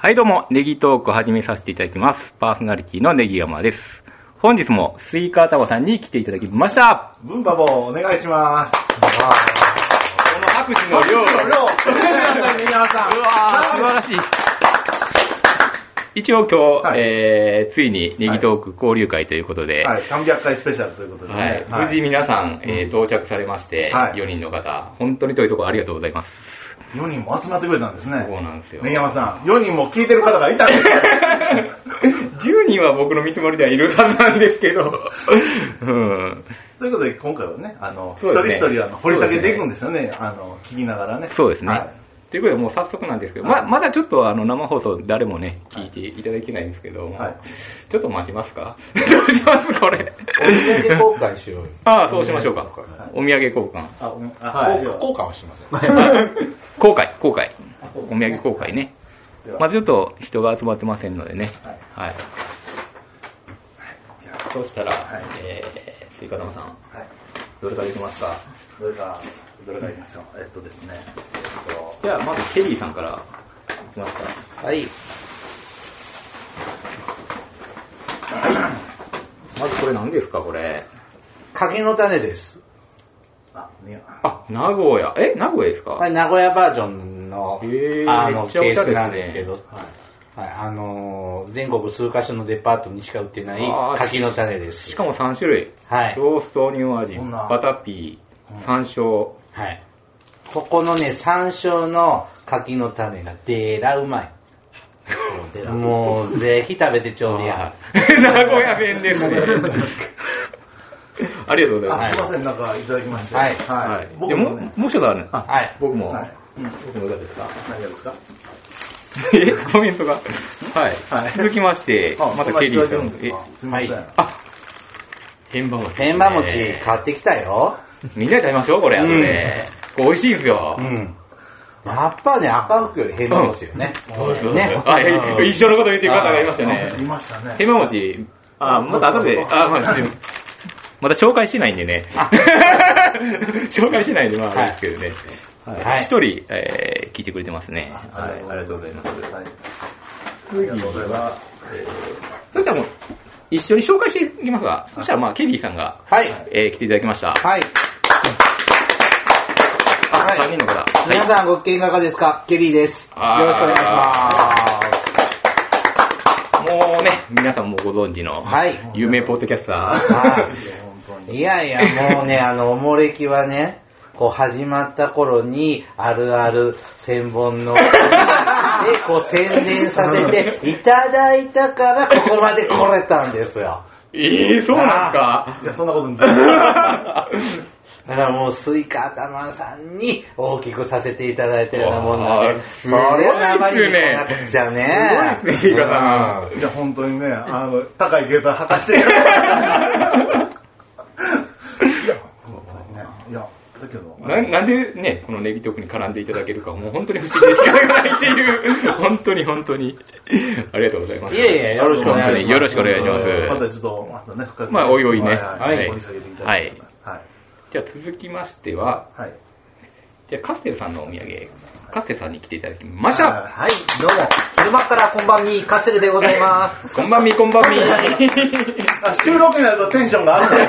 はいどうも、ネギトーク始めさせていただきます。パーソナリティのネギ山です。本日もスイカ頭さんに来ていただきました。 ブンバボーお願いします。この拍手の量。 ネギ山さん。 うわー、素晴らしい。一応今日、はい、ついにネギトーク交流会ということで、 はい、300回スペシャルということで、 ね、はい、無事皆さん、到着されまして、はい、4人の方、本当に遠いところありがとうございます。 4人も集まってくれたんですね。 そうなんですよ。 ネギ山さん、4人も聞いてる方がいたんですよ。 10人は僕の見積もりではいるはずなんですけど。 うん、ということで、今回はね、一人一人掘り下げていくんですよね、聞きながらね。 そうですね。はい、ということで、もう早速なんですけど、まだちょっと生放送誰もね、聞いていただけないんですけど、はい、ちょっと待ちますか？どうしますこれ。 お土産交換しようよ。 ああ、そうしましょうか。お土産交換。 交換はしません。 公開。お土産公開ね。まずちょっと人が集まってませんのでね。はい。そうしたら、スイカ玉さん、どれからいきますか？ どれからいきましょう。ですね。 じゃあ、まずケリーさんからいきますか。 はい。 まずこれ何ですか、これ。 柿の種です。 名古屋。名古屋ですか？ はい、名古屋バージョンの、 めっちゃおしゃれですね。 ケースなんですけど、はい、全国数カ所のデパートにしか売ってない柿の種です。 しかも3種類。はい。ローストオニオン味、バタピー、山椒。 はい。ここのね、山椒の柿の種がでらうまい。もう、ぜひ食べてちょうでや。 名古屋弁ですね。ありがとうございます。 すいません、なんかいただきまして。 はい。 はい。 僕もね、もう一つあるね。 はい。 僕も。僕もいかがですか？ 何がですか？ コメントが。はい。続きまして、またケリーさん。 すみません。 変馬餅。 変馬餅買ってきたよ。 みんなで食べましょう、これ。これ美味しいんですよ。 やっぱね、赤福より変馬餅よね。 そうですね。一緒のこと言ってる方がいましたね。 いましたね。 変馬餅、また後で、まだ紹介しないんでね。紹介しないんで、まあ、あれですけどね。一人、聞いてくれてますね。 はい、ありがとうございます。 次、ありがとうございます。そしたらもう、一緒に紹介していきますが、そしたらまあ、ケリーさんが、来ていただきました。 はい。 3人の方。 皆さんご機嫌いかがですか？ケリーです。よろしくお願いします。 もうね、皆さんもご存知の、有名ポッドキャスター。いやいや、もうね、おもれきはね、こう始まった頃に、あるある1000本の、で、こう宣伝させていただいたから、ここまで来れたんですよ。 そうなんですか？ いや、そんなことない。 だからもうスイカ頭さんに大きくさせていただいたようなもんなんで、そりゃ生に来なくちゃね。 すごいですね、スイカさん。いや、本当にね、高いゲート履かして。いや、だけど。 なんでね、このネギトークに絡んでいただけるか、もう本当に不思議で仕方がないっていう、本当に。ありがとうございます。 いやいや、よろしくお願いします。 よろしくお願いします。 またちょっと、ね、深く。 まあ、おいおいね。 はい。掘り下げていただきます。はい。 じゃあ続きましては、じゃあカステルさんのお土産、カステルさんに来ていただきました。 はい、どうも。昼間からこんばんみ、カステルでございます。 こんばんみ。 収録になるとテンションが上がる。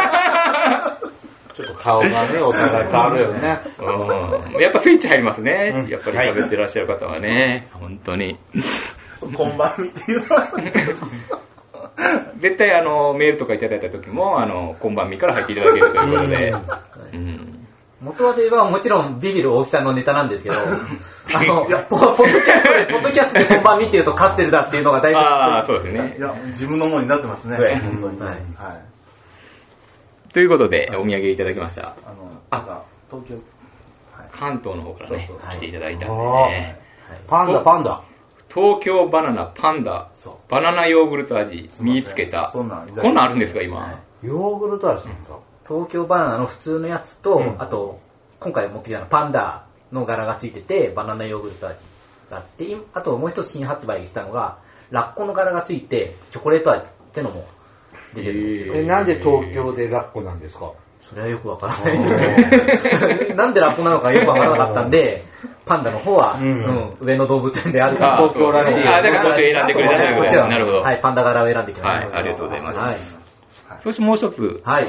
ちょっと顔がね、お互い変わるよね。 やっぱスイッチ入りますね。やっぱり喋ってらっしゃる方はね、本当に。 こんばんみっていうのは。 絶対メールとかいただいた時もこんばんみから入っていただけるということで、 元はといえばもちろんビビる大木さんのネタなんですけど、ポッドキャストでこんばんみっていうとカステルだっていうのがだいぶ、 そうですね。 いや、自分のものになってますね。本当に。はい。 ということでお土産いただきました。 東京、 関東の方からね来ていただいたんでね。 パンダ。 東京バナナパンダバナナヨーグルト味見つけた。こんなんあるんですか今？ ヨーグルト味ですか？ 東京バナナの普通のやつと、あと今回持ってきたのパンダの柄がついててバナナヨーグルト味があって、あともう一つ新発売したのがラッコの柄がついてチョコレート味ってのも出てるんですけど。 なんで東京でラッコなんですか？ それはよくわからない。なんでラッコなのかよくわからなかったんで、 パンダの方は、上野動物園であるか東京らしい。 だからこっちを選んでくれたということで。なるほど。 はい、パンダ柄を選んできました。 はい、ありがとうございます。はい。そしてもう一つ、こ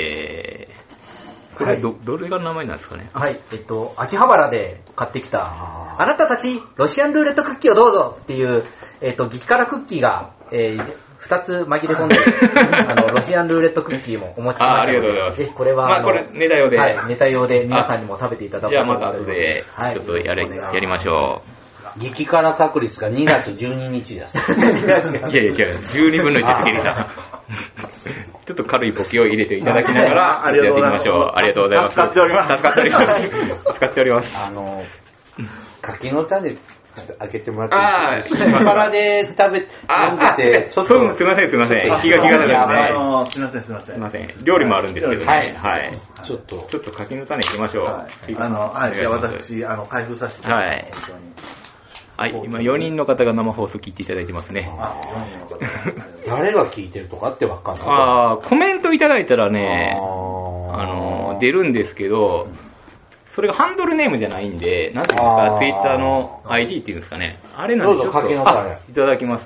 れどれが名前なんですかね。 はい、秋葉原で買ってきた、あなたたち、ロシアンルーレットクッキーをどうぞっていう、激辛クッキーが、2つ紛れ込んでロシアンルーレットクッキーもお持ちしましたので、 ありがとうございます。 ぜひこれは、 これネタ用で、 ネタ用で皆さんにも食べていただこうと思います。 じゃあまた後で、ちょっとやりましょう。激辛確率が2月12日です。 いやいや違う、12分の1つけりた。ちょっと軽いボケを入れていただきながら、やっていきましょう。ありがとうございます。 助かっております。 助かっております。助かっております。 柿の種開けてもらっていいですか？激辛で飲んでて、 ちょっと。すいません。気が気がなくてね。すいません。 料理もあるんですけどね。 はい。ちょっと柿の種いきましょう。 はい。じゃあ私、開封させていただきます。 はい、今4人の方が生放送聞いていただいてますね。 誰が聞いてるとかって分かんない。 コメントいただいたらね、出るんですけど、それがハンドルネームじゃないんで、なんていうんですか、ツイッターの ID っていうんですかね。あれなんでちょっといただきます。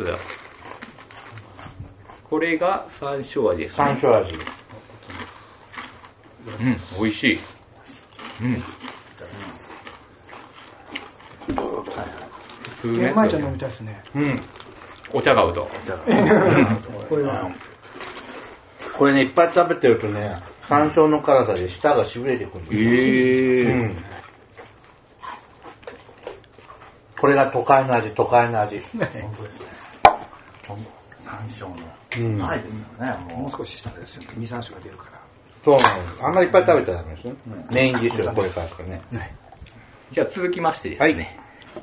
これが山椒味ですね。 山椒味。 美味しい。 玄米茶飲みたいですね。 お茶が合うと。 これね、いっぱい食べてるとね、山椒の辛さで舌がしびれてくるんですよ。これが都会の味。 本当ですね。山椒の。はいですよね。 もう少し下ですよ。2、3種が出るから。 そうなんです。あんまりいっぱい食べたらダメですね。メインディッシュはこれからですかね。 じゃあ続きましてですね。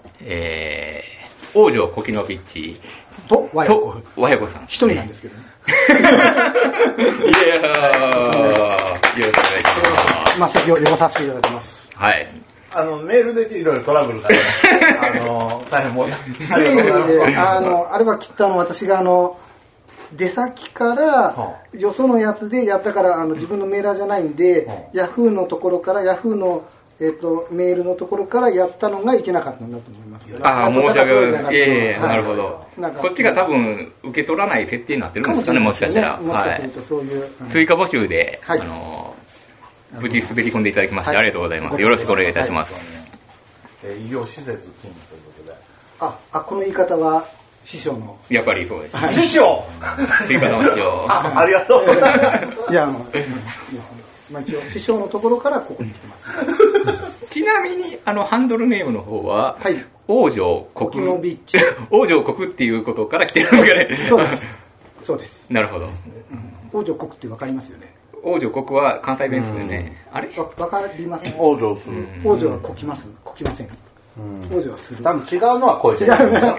王女コキノビッチと和ヤコさん。一人なんですけどね。 いやよろしくお願いします。席を汚させていただきます。 はい。 メールでいろいろトラブルが大変もあれはきっと私が出先からよそのやつでやったから自分のメーラーじゃないんで、ヤフーのところからヤフーのメールのところからやったのがいけなかったんだと思います。 申し訳ない。なるほど。こっちが多分受け取らない設定になってるんですかね、もしかしたら。 もしかするとそういう追加募集で無事滑り込んでいただきましてありがとうございます。よろしくお願いいたします。 医療施設勤務ということで。 この言い方は師匠の。 やっぱりそうです。 師匠。 追加の師匠。 ありがとう。 いや一応師匠のところからここに来てます。 ちなみにハンドルネームの方は、王女国のビッチ。王女国っていうことから来てるんですかね。 そうです。 なるほど。 王女国ってわかりますよね。 王女国は関西弁ですよね。あれ？ わかります。 王女する。 王女はこきます。こきません。王女はする。 多分違うのはこいつ。 違う。はい。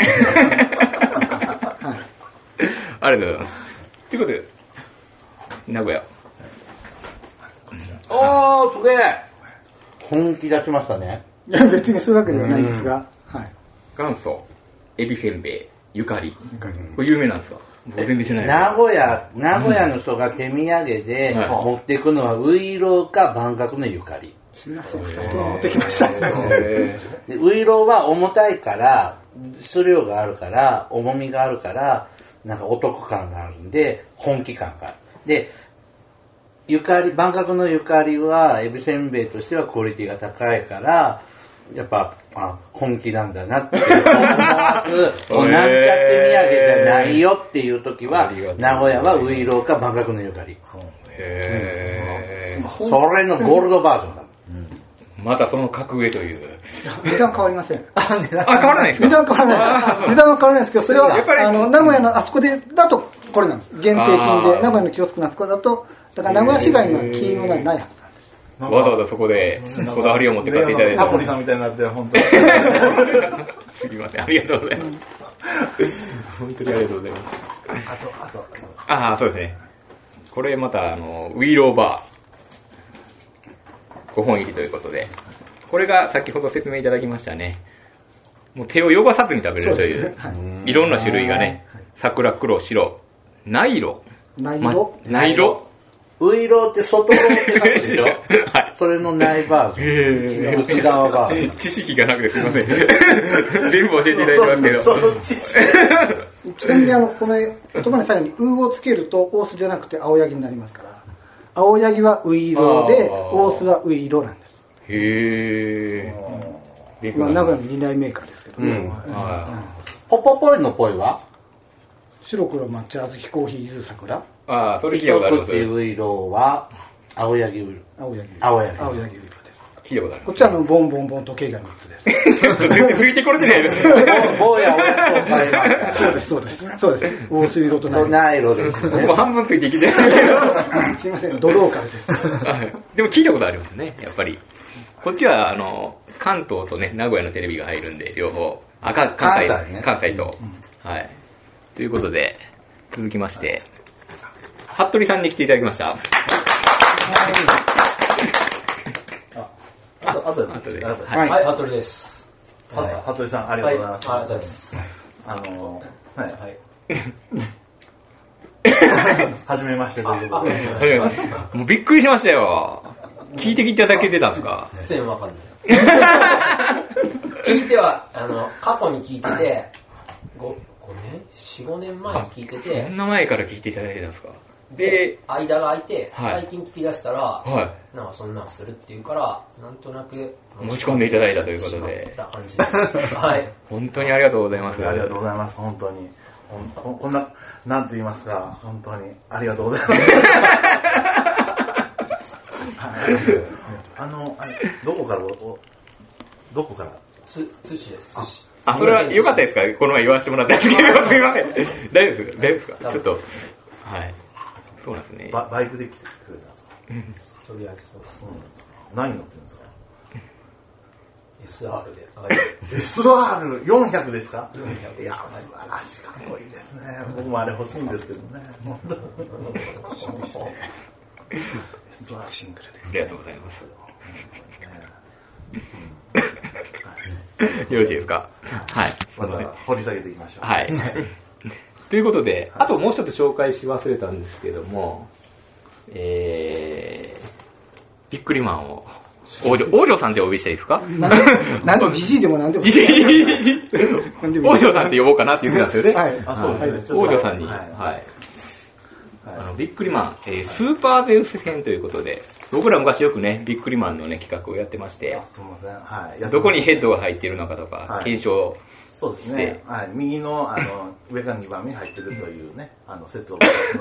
ありがとうございます。ということで名古屋。 すげえ。本気出しましたね。 いや別にそういうわけではないんですが、 元祖エビせんべいゆかり。これ有名なんですか？全然知らない。 名古屋の人が手土産で持っていくのはウイローか万角のゆかり。 すみません、2つ持ってきました。 ウイローは重たいから質量があるから重みがあるからなんかお得感があるんで本気感がある。でゆかり、万角のゆかりはエビせんべいとしてはクオリティが高いからやっぱ本気なんだなって思わずなんちゃって土産じゃないよっていう時は名古屋はウイローか万角のゆかり。それのゴールドバージョンだ。 またその格上という値段変わりません。 変わらないですか？ 値段変わらない。値段は変わらないですけど、それは名古屋のあそこでだとこれなんです。限定品で名古屋のキオスクのあそこだとだから名古屋市外には金色がないはずなんです。 わざわざそこでこだわりを持って買っていただいて。 タモリさんみたいになって本当に。 すみません、ありがとうございます。本当にありがとうございます。そうですね。これまたウィーローバー5本入りということで、これが先ほど説明いただきましたね。もう手を汚さずに食べるという、いろんな種類がね、桜、黒、白、ナイロ、 ウイローって外ローって書くでしょはい。それのないバージョン。内側バージョン。 知識がなくてすいません。全部教えていただいてますけど。 その知識。 ちなみにこの言葉に最後にウをつけるとオースじゃなくて青柳になりますから、青柳はウイローで、オースはウイロなんです。 へー。まあ、名古屋の2大メーカーですけどね。 ポポポイのポイは白黒抹茶、小豆コーヒー、伊豆桜。 ああ、それ聞いたことある。 ピトクっていうウイローは、青柳ウイロー。青柳ウイローです。 聞いたことある。 こっちはボンボンボン時計が3つです。 吹いてこれてないです。 坊や親と買いました。 そうです、そうです。そうです。大水色とナイロですね。 もう半分ついてきてるけど。すいません、ドローカルです。 でも聞いたことありますね、やっぱり。こっちは、関東とね、名古屋のテレビが入るんで、両方。関西と。はい。ということで、続きまして、服部さんに来ていただきました。 あとで。 はい、服部です。 服部さん、ありがとうございます。 ありがとうございます。 はじめましてということで。 もうびっくりしましたよ。聞いていただけてたんですか？ 全然わかんない。聞いては、過去に聞いてて、4、5年前に聞いてて。 そんな前から聞いていただいてたんですか？ で、間が空いて、最近聞き出したら、なんかそんなんするって言うから、なんとなく持ち込んでいただいたということで。 感じです。はい。 本当にありがとうございます。 ありがとうございます、本当に。こんな、なんと言いますか、本当にありがとうございます。どこから津市です。 あ、それは良かったですか？この前言わせてもらったんですけど、すいません。大丈夫ですか？ちょっと、はい。そうなんですね。 バイクで来てくれたんですか？ とりあえずそうです。 何乗ってるんですか？ SR で。 SR400 ですか ？400。 いや、素晴らしい、かっこいいですね。僕もあれ欲しいんですけどね。 SR シングルで。 ありがとうございます。よろしいですか？はい。 また掘り下げていきましょう。 はい。ということで、あともう一つ紹介し忘れたんですけども、ビックリマンを、王女さんってお呼びしていいですか？ なんでジジイでもなんでも。 王女さんって呼ぼうかなって言ってたんですよね。 はい。 王女さんに、はい。ビックリマン、スーパーゼウス編ということで、僕ら昔よくね、ビックリマンのね、企画をやってまして、 すみません。はい。 どこにヘッドが入っているのかとか、検証そうですね。はい。右の、上から2番目に入ってるというね、説を。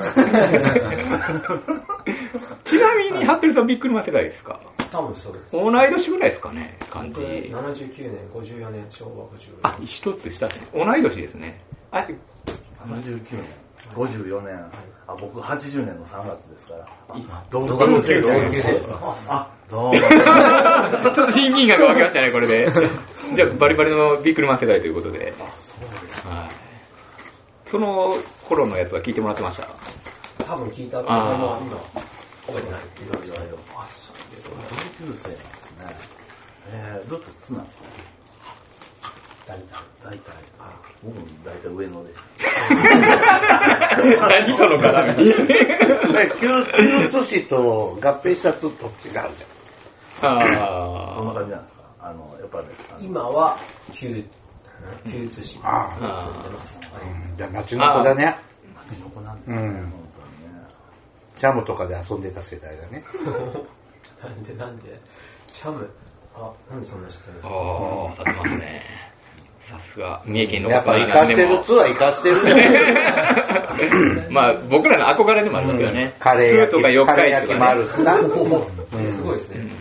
ちなみに、服部さんビックリマン世代ですか？ 多分そうです。 同い年ぐらいですかね、感じ。 79年、54年、昭和54年。 あ、一つ下ですね。同い年ですね。 79年、54年。あ、僕80年の3月ですから。 同級生ですか？ あ、どうも。ちょっと親近感が湧きましたね、これで。じゃあ、バリバリのビックリマン世代ということで。 あ、そうですか。 その頃のやつは聞いてもらってました？ 多分聞いたけど、今、覚えてない。いろいろ。 あ、そうですか。同級生なんですね。ずっとつなんですか？ 大体。 僕も大体上野で。 何との絡み？ 旧津市と合併した津と違うじゃん。 どんな感じなんですか？やっぱり、 今は旧津市に住んでます。 じゃあ町の子だね。 町の子なんですね、本当にね。 チャムとかで遊んでた世代だね。 なんでチャム、なんでそんな知ってるんですか？ させますね。さすが、三重県のやっぱ生かしてるツは生かしてるね。 まあ、僕らの憧れでもありますよね。 カレー焼きとか四日市とかもあるしな。 すごいですね。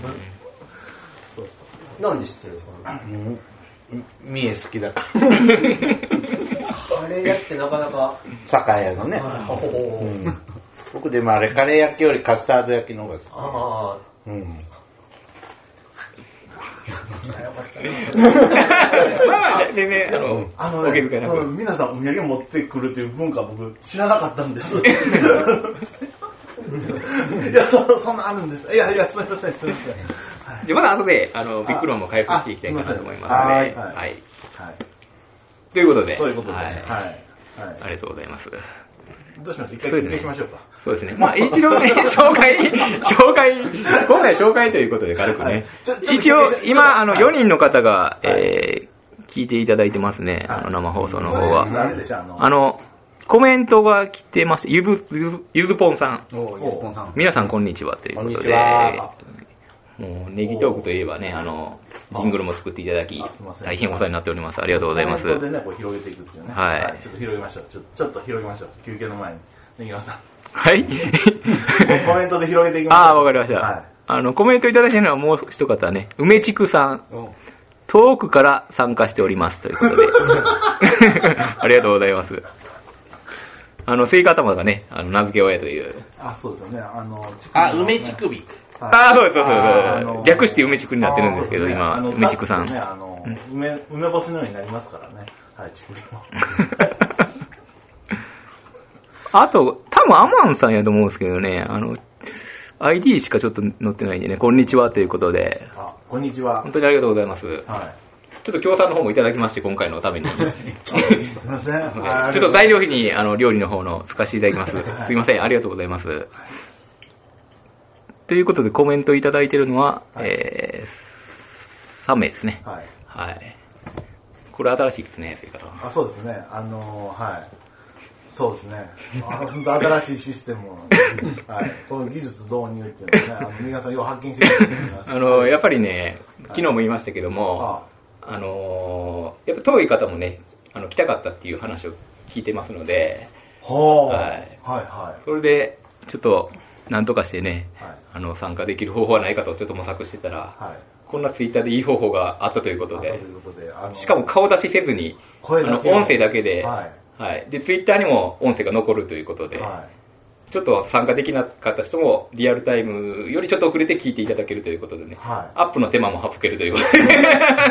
なんで知ってるんですか？ 三重好きだから。 カレー焼きってなかなか。 酒屋のね。僕でもあれ、カレー焼きよりカスタード焼きの方が好き。 皆さんお土産持ってくるという文化僕知らなかったんです。いや、そんなあるんです。いや、すみません。じゃあまだ後で、ビックリマンも開封していきたいかなと思いますので。はい。ということで。 そういうことで。はい。 ありがとうございます。 どうします？一回休憩しましょうか。 そうですね。まあ一度ね、今回紹介ということで軽くね。一応、今、4人の方が、聞いていただいてますね。生放送の方は。コメントが来てまして、ゆずぽんさん。皆さんこんにちはということで、もうネギトークといえばね、ジングルも作っていただき、大変お世話になっております。ありがとうございます。 コメントでね、こう広げていくっていうね。 はい。 ちょっと広げましょう。ちょっと広げましょう。休憩の前に。ネギマさん。 はい。 コメントで広げていきましょう。 ああ、わかりました。はい、コメントいただいてるのはもう一方ね、梅地区さん。遠くから参加しておりますということで。ありがとうございます。スイカ頭がね、名付け親という。 あ、そうですよね。 梅乳首。 あ、そうです、そうです。略して梅地区になってるんですけど、今、梅地区さん。 梅干しのようになりますからね。はい、乳首も。 あと、多分アマンさんやと思うんですけどね、ID しかちょっと載ってないんでね、こんにちはということで。 あ、こんにちは。 本当にありがとうございます。はい。ちょっと協賛の方もいただきまして、今回のために。すみません。ちょっと材料費に料理の方の使わせていただきます。すいません、ありがとうございます。ということでコメントいただいているのは、3名ですね。はい。はい。これ新しいですね、そういう方。 あ、そうですね。はい。そうですね。本当新しいシステムを、はい、この技術導入っていうのはね、皆さんよう発見してると思います。 やっぱりね、昨日も言いましたけども、やっぱ遠い方もね、来たかったっていう話を聞いてますので、はい。はい。それで、ちょっと、なんとかしてね、参加できる方法はないかとちょっと模索してたら、こんなツイッターでいい方法があったということで、しかも顔出しせずに、音声だけで、はい。で、ツイッターにも音声が残るということで、ちょっと参加できなかった人もリアルタイムよりちょっと遅れて聞いていただけるということでね、アップの手間も省けるということで、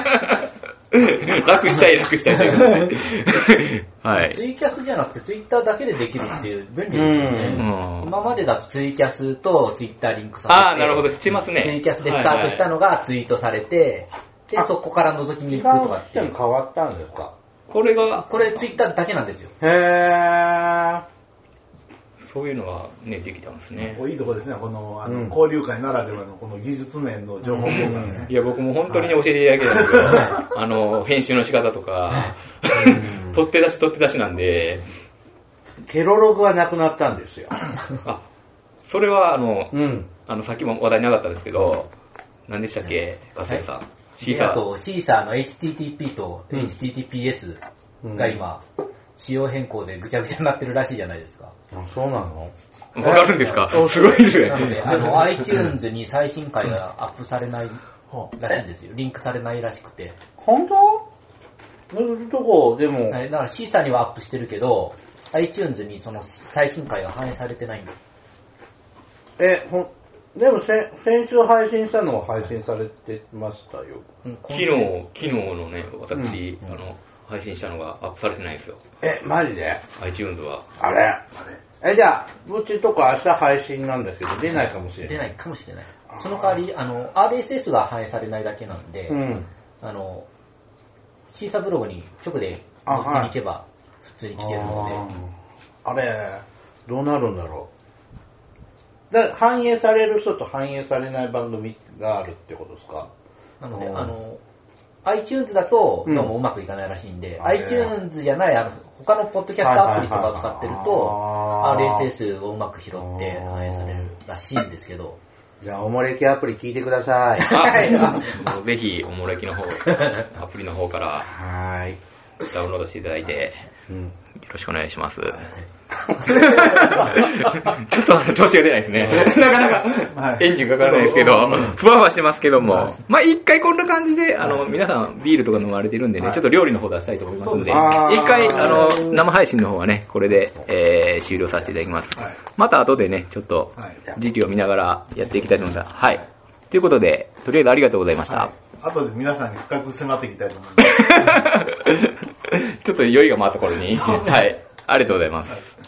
楽したいということで、はい。 ツイキャスじゃなくてツイッターだけでできるっていう便利ですよね。今までだとツイキャスとツイッターリンクさせて、 ああ、なるほど、しますね。 ツイキャスでスタートしたのがツイートされて、で、そこから覗きに行くとかっていう。 変わったんですか？ これツイッターだけなんですよ。 へー。 そういうのがね、できたんですね。 いいとこですね、この、交流会ならではのこの技術面の情報交換ね。 いや、僕も本当に教えていただけたんですけど、編集の仕方とか、取って出しなんで。 ケロログはなくなったんですよ。 あ、それはさっきも話題に上がったんですけど、何でしたっけ、加瀬さん。 シーサーの HTTP と HTTPS が今、仕様変更でぐちゃぐちゃになってるらしいじゃないですか。 あ、そうなの？ わかるんですか？すごいですね。 なので、iTunes に最新回がアップされないらしいですよ。リンクされないらしくて。 本当？どこでも。 だからシーサーにはアップしてるけど、iTunes にその最新回が反映されてないんだ。 でも先週配信したのは配信されてましたよ。 昨日のね、私、配信したのがアップされてないんですよ。 マジで？ iTunes は。 あれ？じゃあ、うちとか明日配信なんだけど、出ないかもしれない。 出ないかもしれない。その代わり、RSS が反映されないだけなんで、シーサーブログに直で乗ってに行けば、普通に聞けるので。 あれ、どうなるんだろう。反映される人と反映されない番組があるってことですか？ なので、iTunes だとどうもうまくいかないらしいんで、iTunes じゃない他のポッドキャストアプリとかを使ってると RSS をうまく拾って反映されるらしいんですけど。 じゃあおもれきアプリ聞いてください。 ぜひおもれきの方アプリの方からダウンロードしていただいて、よろしくお願いします。ちょっと調子が出ないですね。なかなかエンジンかからないですけど、ふわふわしてますけども、まあ一回こんな感じで、皆さんビールとか飲まれてるんでね、ちょっと料理の方出したいと思いますので、一回生配信の方はね、これで終了させていただきます。また後でね、ちょっと時期を見ながらやっていきたいと思います。はい。ということで、とりあえずありがとうございました。 後で皆さんに深く迫っていきたいと思います。 ちょっと酔いが回った頃に、はい。ありがとうございます。